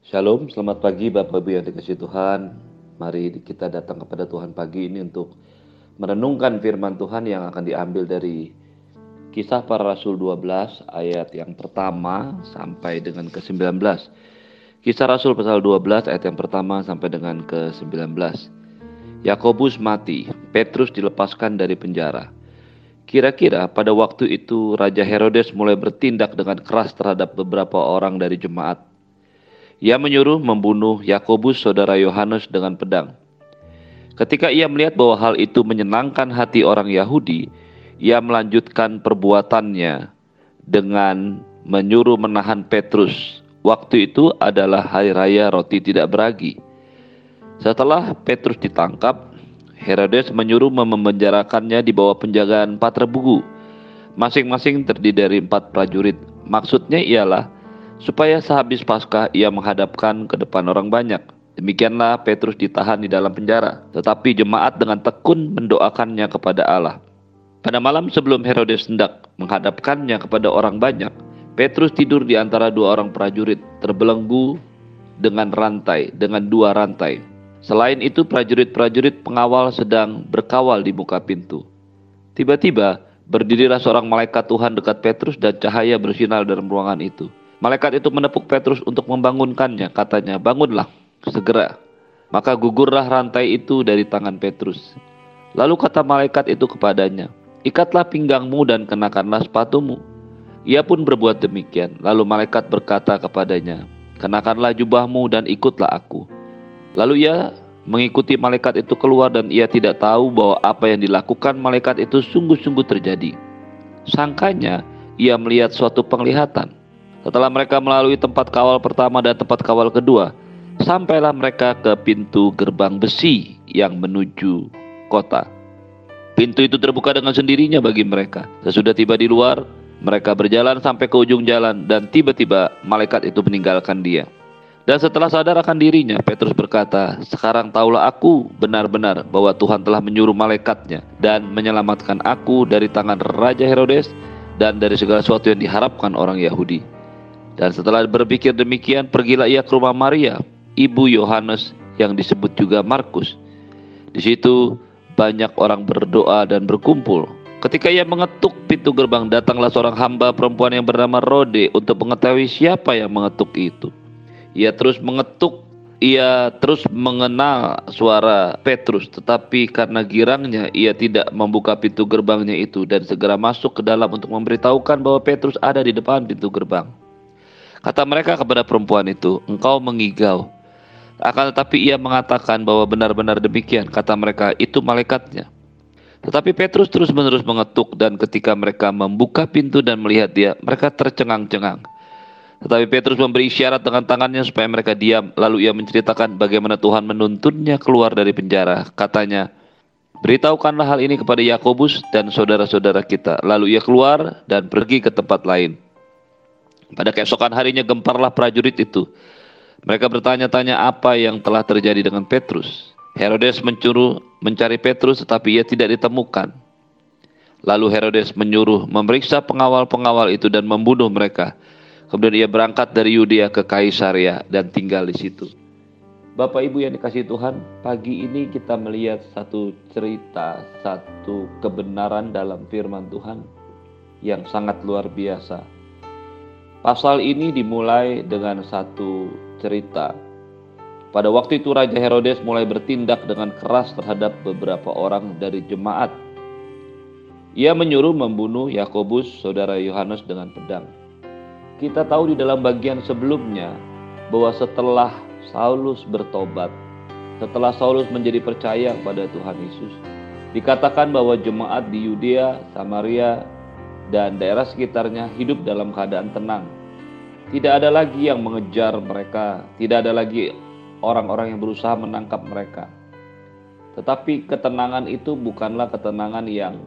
Shalom, selamat pagi Bapak Ibu yang dikasihi Tuhan. Mari kita datang kepada Tuhan pagi ini untuk merenungkan firman Tuhan yang akan diambil dari Kisah Para Rasul 12 ayat yang pertama sampai dengan ke-19. Kisah Rasul pasal 12 ayat yang pertama sampai dengan ke-19. Yakobus mati, Petrus dilepaskan dari penjara. Kira-kira pada waktu itu Raja Herodes mulai bertindak dengan keras terhadap beberapa orang dari jemaat. Ia menyuruh membunuh Yakobus saudara Yohanes dengan pedang. Ketika ia melihat bahwa hal itu menyenangkan hati orang Yahudi, ia melanjutkan perbuatannya dengan menyuruh menahan Petrus. Waktu itu adalah hari raya roti tidak beragi. Setelah Petrus ditangkap, Herodes menyuruh memenjarakannya di bawah penjagaan 4 regu. Masing-masing terdiri dari 4 prajurit. Maksudnya ialah supaya sehabis Paskah ia menghadapkan ke depan orang banyak. Demikianlah Petrus ditahan di dalam penjara. Tetapi jemaat dengan tekun mendoakannya kepada Allah. Pada malam sebelum Herodes hendak menghadapkannya kepada orang banyak, Petrus tidur di antara 2 orang prajurit, terbelenggu dengan 2 rantai. Selain itu prajurit-prajurit pengawal sedang berkawal di muka pintu. Tiba-tiba berdirilah seorang malaikat Tuhan dekat Petrus dan cahaya bersinar dalam ruangan itu. Malaikat itu menepuk Petrus untuk membangunkannya. Katanya, "Bangunlah, segera." Maka gugurlah rantai itu dari tangan Petrus. Lalu kata malaikat itu kepadanya, "Ikatlah pinggangmu dan kenakanlah sepatumu." Ia pun berbuat demikian. Lalu malaikat berkata kepadanya, "Kenakanlah jubahmu dan ikutlah aku." Lalu ia mengikuti malaikat itu keluar dan ia tidak tahu bahwa apa yang dilakukan malaikat itu sungguh-sungguh terjadi. Sangkanya ia melihat suatu penglihatan. Setelah mereka melalui tempat kawal pertama dan tempat kawal kedua, sampailah mereka ke pintu gerbang besi yang menuju kota. Pintu itu terbuka dengan sendirinya bagi mereka. Sesudah tiba di luar, mereka berjalan sampai ke ujung jalan dan tiba-tiba malaikat itu meninggalkan dia. Dan setelah sadar akan dirinya, Petrus berkata, "Sekarang taulah aku benar-benar bahwa Tuhan telah menyuruh malaikatnya dan menyelamatkan aku dari tangan Raja Herodes dan dari segala sesuatu yang diharapkan orang Yahudi." Dan setelah berpikir demikian, pergilah ia ke rumah Maria, ibu Yohanes yang disebut juga Markus. Di situ banyak orang berdoa dan berkumpul. Ketika ia mengetuk pintu gerbang, datanglah seorang hamba perempuan yang bernama Rode untuk mengetahui siapa yang mengetuk itu. Ia terus mengenal suara Petrus, tetapi karena girangnya ia tidak membuka pintu gerbangnya itu dan segera masuk ke dalam untuk memberitahukan bahwa Petrus ada di depan pintu gerbang. Kata mereka kepada perempuan itu, "Engkau mengigau." Akan tetapi ia mengatakan bahwa benar-benar demikian. Kata mereka, "Itu malaikatnya." Tetapi Petrus terus-menerus mengetuk, dan ketika mereka membuka pintu dan melihat dia, mereka tercengang-cengang. Tetapi Petrus memberi isyarat dengan tangannya supaya mereka diam. Lalu ia menceritakan bagaimana Tuhan menuntunnya keluar dari penjara. Katanya, "Beritahukanlah hal ini kepada Yakobus dan saudara-saudara kita." Lalu ia keluar dan pergi ke tempat lain. Pada keesokan harinya gemparlah prajurit itu. Mereka bertanya-tanya apa yang telah terjadi dengan Petrus. Herodes mencari Petrus tetapi ia tidak ditemukan. Lalu Herodes menyuruh memeriksa pengawal-pengawal itu dan membunuh mereka. Kemudian ia berangkat dari Yudea ke Kaisarea dan tinggal di situ. Bapak Ibu yang dikasihi Tuhan, pagi ini kita melihat satu cerita, satu kebenaran dalam firman Tuhan yang sangat luar biasa. Pasal ini dimulai dengan satu cerita. Pada waktu itu Raja Herodes mulai bertindak dengan keras terhadap beberapa orang dari jemaat. Ia menyuruh membunuh Yakobus, saudara Yohanes dengan pedang. Kita tahu di dalam bagian sebelumnya bahwa setelah Saulus bertobat, setelah Saulus menjadi percaya kepada Tuhan Yesus, dikatakan bahwa jemaat di Yudea, Samaria, dan daerah sekitarnya hidup dalam keadaan tenang. Tidak ada lagi yang mengejar mereka, tidak ada lagi orang-orang yang berusaha menangkap mereka. Tetapi ketenangan itu bukanlah ketenangan yang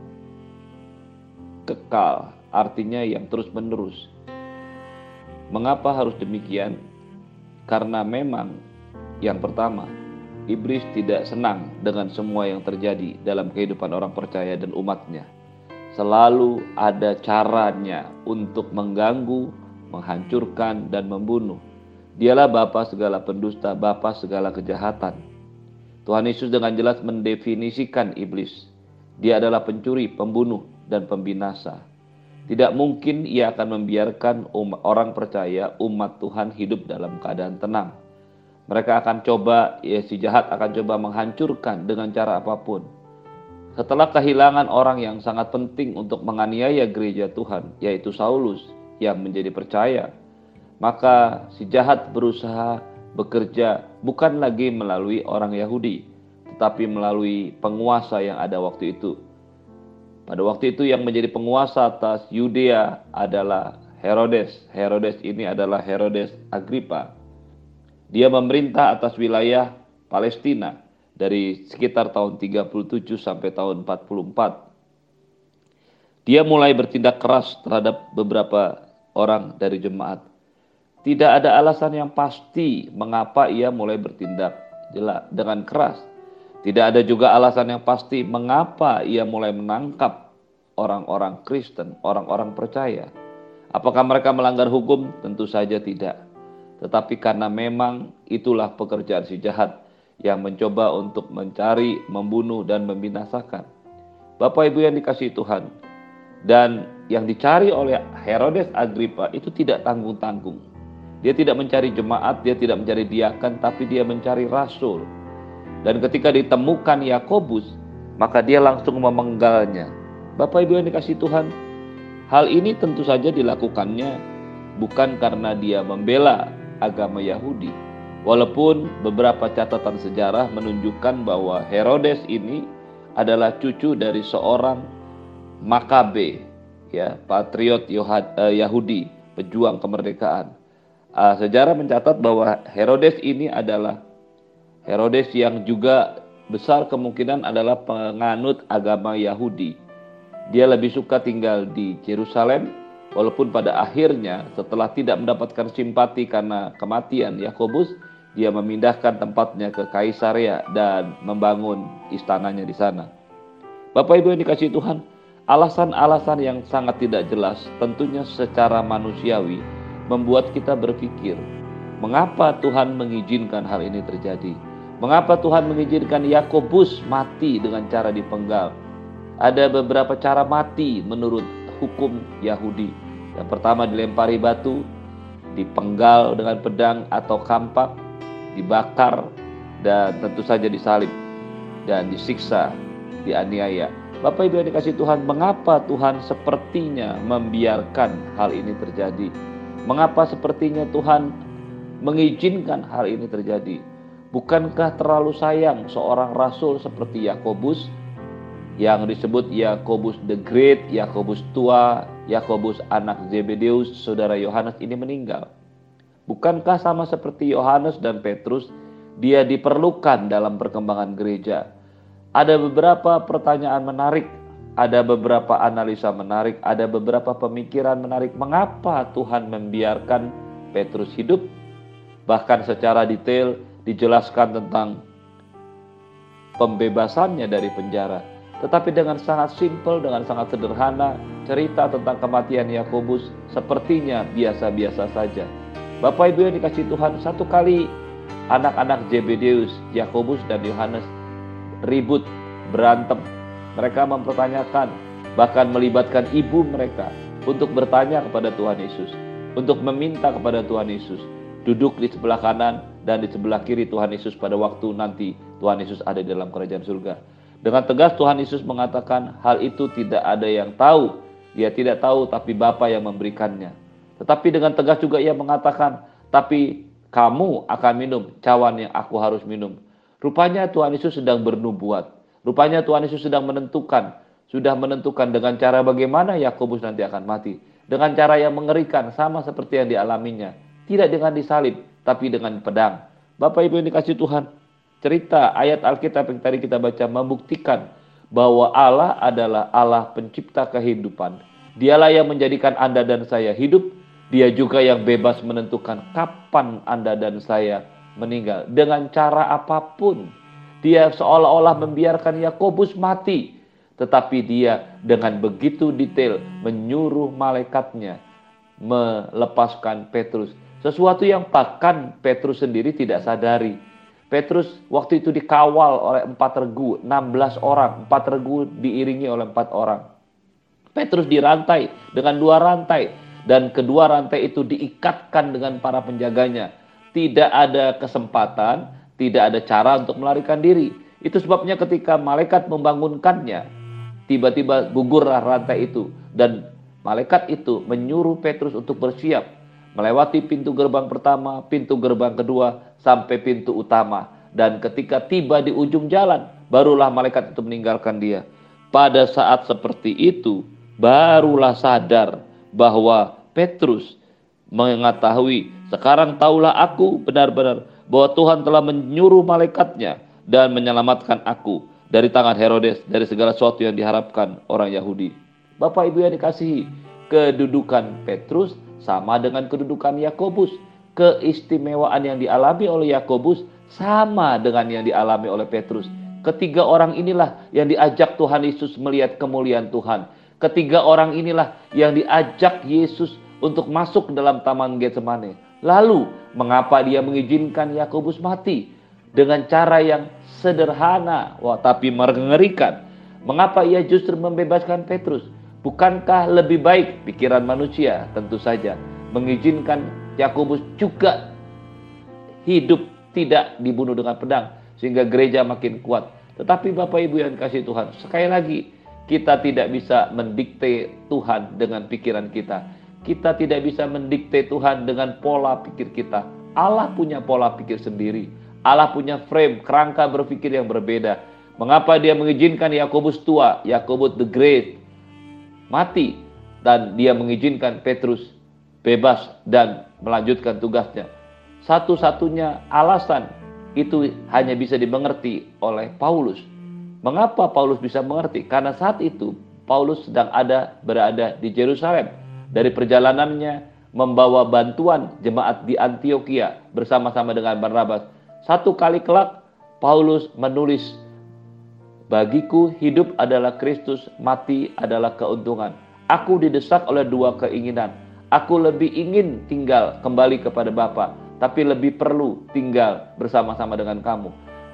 kekal, artinya yang terus-menerus. Mengapa harus demikian? Karena memang yang pertama, iblis tidak senang dengan semua yang terjadi dalam kehidupan orang percaya dan umatnya. Selalu ada caranya untuk mengganggu, menghancurkan, dan membunuh. Dialah bapa segala pendusta, bapa segala kejahatan. Tuhan Yesus dengan jelas mendefinisikan iblis. Dia adalah pencuri, pembunuh, dan pembinasa. Tidak mungkin ia akan membiarkan orang percaya, umat Tuhan hidup dalam keadaan tenang. Mereka akan coba, si jahat akan coba menghancurkan dengan cara apapun. Setelah kehilangan orang yang sangat penting untuk menganiaya gereja Tuhan, yaitu Saulus yang menjadi percaya, maka si jahat berusaha bekerja bukan lagi melalui orang Yahudi, tetapi melalui penguasa yang ada waktu itu. Pada waktu itu yang menjadi penguasa atas Yudea adalah Herodes. Herodes ini adalah Herodes Agripa. Dia memerintah atas wilayah Palestina dari sekitar tahun 37 sampai tahun 44. Dia mulai bertindak keras terhadap beberapa orang dari jemaat. Tidak ada alasan yang pasti mengapa ia mulai bertindak dengan keras. Tidak ada juga alasan yang pasti mengapa ia mulai menangkap orang-orang Kristen, orang-orang percaya. Apakah mereka melanggar hukum? Tentu saja tidak. Tetapi karena memang itulah pekerjaan si jahat yang mencoba untuk mencari, membunuh, dan membinasakan. Bapak Ibu yang dikasihi Tuhan, dan yang dicari oleh Herodes Agripa itu tidak tanggung-tanggung. Dia tidak mencari jemaat, dia tidak mencari diaken, tapi dia mencari rasul. Dan ketika ditemukan Yakobus, maka dia langsung memenggalnya. Bapak Ibu yang dikasihi Tuhan, hal ini tentu saja dilakukannya bukan karena dia membela agama Yahudi. Walaupun beberapa catatan sejarah menunjukkan bahwa Herodes ini adalah cucu dari seorang Makabe, ya, patriot Yahudi, pejuang kemerdekaan. Sejarah mencatat bahwa Herodes ini adalah Herodes yang juga besar kemungkinan adalah penganut agama Yahudi. Dia lebih suka tinggal di Yerusalem, walaupun pada akhirnya setelah tidak mendapatkan simpati karena kematian Yakobus, dia memindahkan tempatnya ke Kaisarea dan membangun istananya di sana. Bapak Ibu yang dikasihi Tuhan, alasan-alasan yang sangat tidak jelas tentunya secara manusiawi membuat kita berpikir, mengapa Tuhan mengizinkan hal ini terjadi? Mengapa Tuhan mengizinkan Yakobus mati dengan cara dipenggal? Ada beberapa cara mati menurut hukum Yahudi. Yang pertama dilempari batu, dipenggal dengan pedang atau kampak, dibakar, dan tentu saja disalib dan disiksa, dianiaya. Bapak Ibu yang dikasihi Tuhan, mengapa Tuhan sepertinya membiarkan hal ini terjadi? Mengapa sepertinya Tuhan mengizinkan hal ini terjadi? Bukankah terlalu sayang seorang rasul seperti Yakobus, yang disebut Yakobus the Great, Yakobus tua, Yakobus anak Zebedeus, saudara Yohanes ini meninggal? Bukankah sama seperti Yohanes dan Petrus, dia diperlukan dalam perkembangan gereja? Ada beberapa pertanyaan menarik, ada beberapa analisa menarik, ada beberapa pemikiran menarik. Mengapa Tuhan membiarkan Petrus hidup? Bahkan secara detail dijelaskan tentang pembebasannya dari penjara. Tetapi dengan sangat simpel, dengan sangat sederhana, cerita tentang kematian Yakobus sepertinya biasa-biasa saja. Bapak Ibu yang dikasihi Tuhan, satu kali anak-anak Zebedeus, Yakobus dan Yohanes ribut, berantem. Mereka mempertanyakan, bahkan melibatkan ibu mereka untuk bertanya kepada Tuhan Yesus, untuk meminta kepada Tuhan Yesus duduk di sebelah kanan dan di sebelah kiri Tuhan Yesus pada waktu nanti Tuhan Yesus ada di dalam kerajaan surga. Dengan tegas Tuhan Yesus mengatakan, hal itu tidak ada yang tahu. Dia tidak tahu, tapi Bapa yang memberikannya. Tetapi dengan tegas juga ia mengatakan, tapi kamu akan minum cawan yang aku harus minum. Rupanya Tuhan Yesus sedang bernubuat. Rupanya Tuhan Yesus sedang sudah menentukan dengan cara bagaimana Yakobus nanti akan mati. Dengan cara yang mengerikan, sama seperti yang dialaminya. Tidak dengan disalib, tapi dengan pedang. Bapak Ibu yang dikasihi Tuhan, cerita ayat Alkitab yang tadi kita baca membuktikan bahwa Allah adalah Allah pencipta kehidupan. Dialah yang menjadikan Anda dan saya hidup. Dia juga yang bebas menentukan kapan Anda dan saya meninggal. Dengan cara apapun. Dia seolah-olah membiarkan Yakobus mati. Tetapi dia dengan begitu detail menyuruh malaikatnya melepaskan Petrus. Sesuatu yang bahkan Petrus sendiri tidak sadari. Petrus waktu itu dikawal oleh 4 regu, 16 orang. 4 regu diiringi oleh 4 orang. Petrus dirantai dengan 2 rantai. Dan kedua rantai itu diikatkan dengan para penjaganya. Tidak ada kesempatan, tidak ada cara untuk melarikan diri. Itu sebabnya ketika malaikat membangunkannya, tiba-tiba gugurlah rantai itu. Dan malaikat itu menyuruh Petrus untuk bersiap melewati pintu gerbang pertama, pintu gerbang kedua, sampai pintu utama. Dan ketika tiba di ujung jalan, barulah malaikat itu meninggalkan dia. Pada saat seperti itu, barulah sadar bahwa Petrus mengetahui, sekarang tahulah aku benar-benar bahwa Tuhan telah menyuruh malaikatnya dan menyelamatkan aku dari tangan Herodes, dari segala sesuatu yang diharapkan orang Yahudi. Bapak Ibu yang dikasihi, kedudukan Petrus sama dengan kedudukan Yakobus. Keistimewaan yang dialami oleh Yakobus sama dengan yang dialami oleh Petrus. Ketiga orang inilah yang diajak Tuhan Yesus melihat kemuliaan Tuhan. Ketiga orang inilah yang diajak Yesus untuk masuk dalam taman Getsemane. Lalu, mengapa dia mengizinkan Yakobus mati? Dengan cara yang sederhana, tapi mengerikan. Mengapa ia justru membebaskan Petrus? Bukankah lebih baik pikiran manusia tentu saja mengizinkan Yakobus juga hidup tidak dibunuh dengan pedang sehingga gereja makin kuat. Tetapi Bapak Ibu yang kasih Tuhan, sekali lagi kita tidak bisa mendikte Tuhan dengan pikiran kita. Kita tidak bisa mendikte Tuhan dengan pola pikir kita. Allah punya pola pikir sendiri. Allah punya frame, kerangka berpikir yang berbeda. Mengapa dia mengizinkan Yakobus tua, Yakobus the Great, mati, dan dia mengizinkan Petrus bebas dan melanjutkan tugasnya? Satu-satunya alasan itu hanya bisa dimengerti oleh Paulus. Mengapa Paulus bisa mengerti? Karena saat itu Paulus sedang berada di Yerusalem. Dari perjalanannya membawa bantuan jemaat di Antioquia bersama-sama dengan Barnabas. Satu kali kelak Paulus menulis, bagiku hidup adalah Kristus, mati adalah keuntungan. Aku didesak oleh 2 keinginan. Aku lebih ingin tinggal kembali kepada Bapa, tapi lebih perlu tinggal bersama-sama dengan kamu.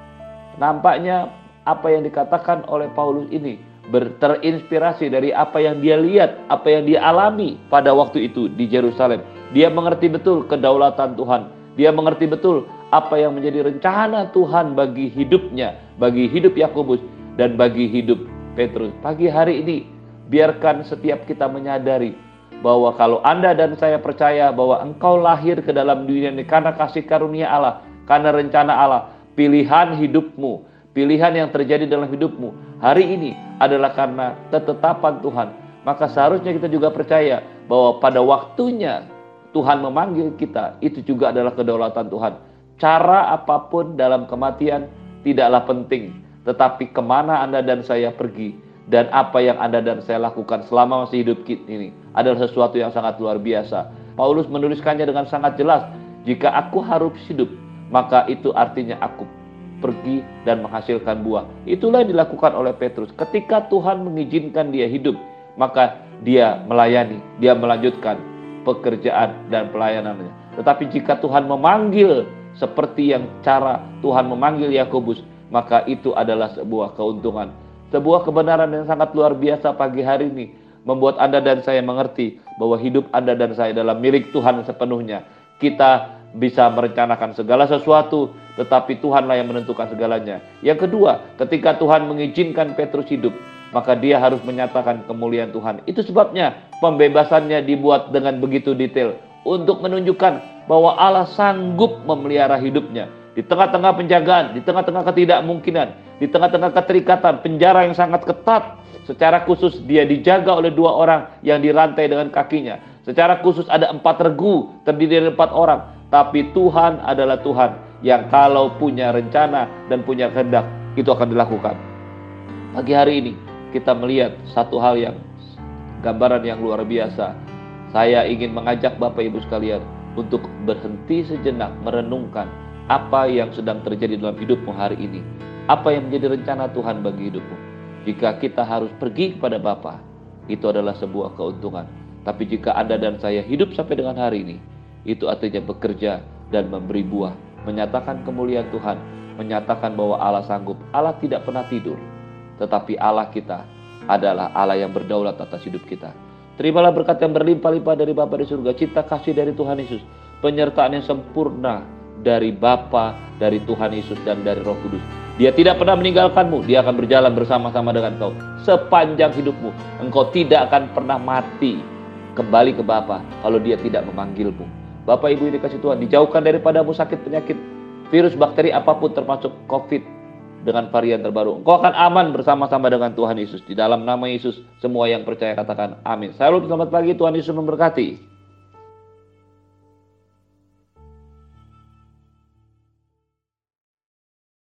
Nampaknya apa yang dikatakan oleh Paulus ini terinspirasi dari apa yang dia lihat, apa yang dia alami pada waktu itu di Yerusalem. Dia mengerti betul kedaulatan Tuhan. Dia mengerti betul apa yang menjadi rencana Tuhan bagi hidupnya, bagi hidup Yakobus, dan bagi hidup Petrus. Pagi hari ini, biarkan setiap kita menyadari bahwa kalau Anda dan saya percaya bahwa engkau lahir ke dalam dunia ini karena kasih karunia Allah, karena rencana Allah, pilihan hidupmu, pilihan yang terjadi dalam hidupmu hari ini adalah karena ketetapan Tuhan. Maka seharusnya kita juga percaya bahwa pada waktunya Tuhan memanggil kita, itu juga adalah kedaulatan Tuhan. Cara apapun dalam kematian tidaklah penting, tetapi kemana Anda dan saya pergi dan apa yang Anda dan saya lakukan selama masih hidup ini adalah sesuatu yang sangat luar biasa. Paulus menuliskannya dengan sangat jelas, jika aku harus hidup, maka itu artinya aku pergi dan menghasilkan buah. Itulah yang dilakukan oleh Petrus. Ketika Tuhan mengizinkan dia hidup, maka dia melayani, dia melanjutkan pekerjaan dan pelayanannya. Tetapi jika Tuhan memanggil seperti yang cara Tuhan memanggil Yakobus, maka itu adalah sebuah keuntungan. Sebuah kebenaran yang sangat luar biasa pagi hari ini membuat Anda dan saya mengerti bahwa hidup Anda dan saya adalah milik Tuhan sepenuhnya. Kita bisa merencanakan segala sesuatu, tetapi Tuhanlah yang menentukan segalanya. Yang kedua, ketika Tuhan mengizinkan Petrus hidup, maka dia harus menyatakan kemuliaan Tuhan. Itu sebabnya pembebasannya dibuat dengan begitu detail, untuk menunjukkan bahwa Allah sanggup memelihara hidupnya. Di tengah-tengah penjagaan, di tengah-tengah ketidakmungkinan, di tengah-tengah keterikatan, penjara yang sangat ketat. Secara khusus dia dijaga oleh 2 orang yang dirantai dengan kakinya. Secara khusus ada 4 regu terdiri dari 4 orang. Tapi Tuhan adalah Tuhan yang kalau punya rencana dan punya kehendak, itu akan dilakukan. Pagi hari ini kita melihat satu hal yang gambaran yang luar biasa. Saya ingin mengajak Bapak Ibu sekalian untuk berhenti sejenak merenungkan apa yang sedang terjadi dalam hidupmu hari ini. Apa yang menjadi rencana Tuhan bagi hidupmu. Jika kita harus pergi kepada Bapa, itu adalah sebuah keuntungan. Tapi jika Anda dan saya hidup sampai dengan hari ini, Itu artinya bekerja dan memberi buah, menyatakan kemuliaan Tuhan, menyatakan bahwa Allah sanggup. Allah tidak pernah tidur, tetapi Allah kita adalah Allah yang berdaulat atas hidup kita. Terimalah berkat yang berlimpah-limpah dari Bapa di surga, cinta kasih dari Tuhan Yesus, penyertaan yang sempurna dari Bapa, dari Tuhan Yesus, dan dari Roh Kudus. Dia tidak pernah meninggalkanmu, dia akan berjalan bersama-sama dengan kau sepanjang hidupmu. Engkau tidak akan pernah mati kembali ke Bapa kalau dia tidak memanggilmu. Bapak Ibu yang dikasih Tuhan, dijauhkan daripadamu sakit penyakit, virus bakteri apapun termasuk COVID dengan varian terbaru. Engkau akan aman bersama-sama dengan Tuhan Yesus. Di dalam nama Yesus, semua yang percaya katakan amin. Salam, selamat pagi, Tuhan Yesus memberkati.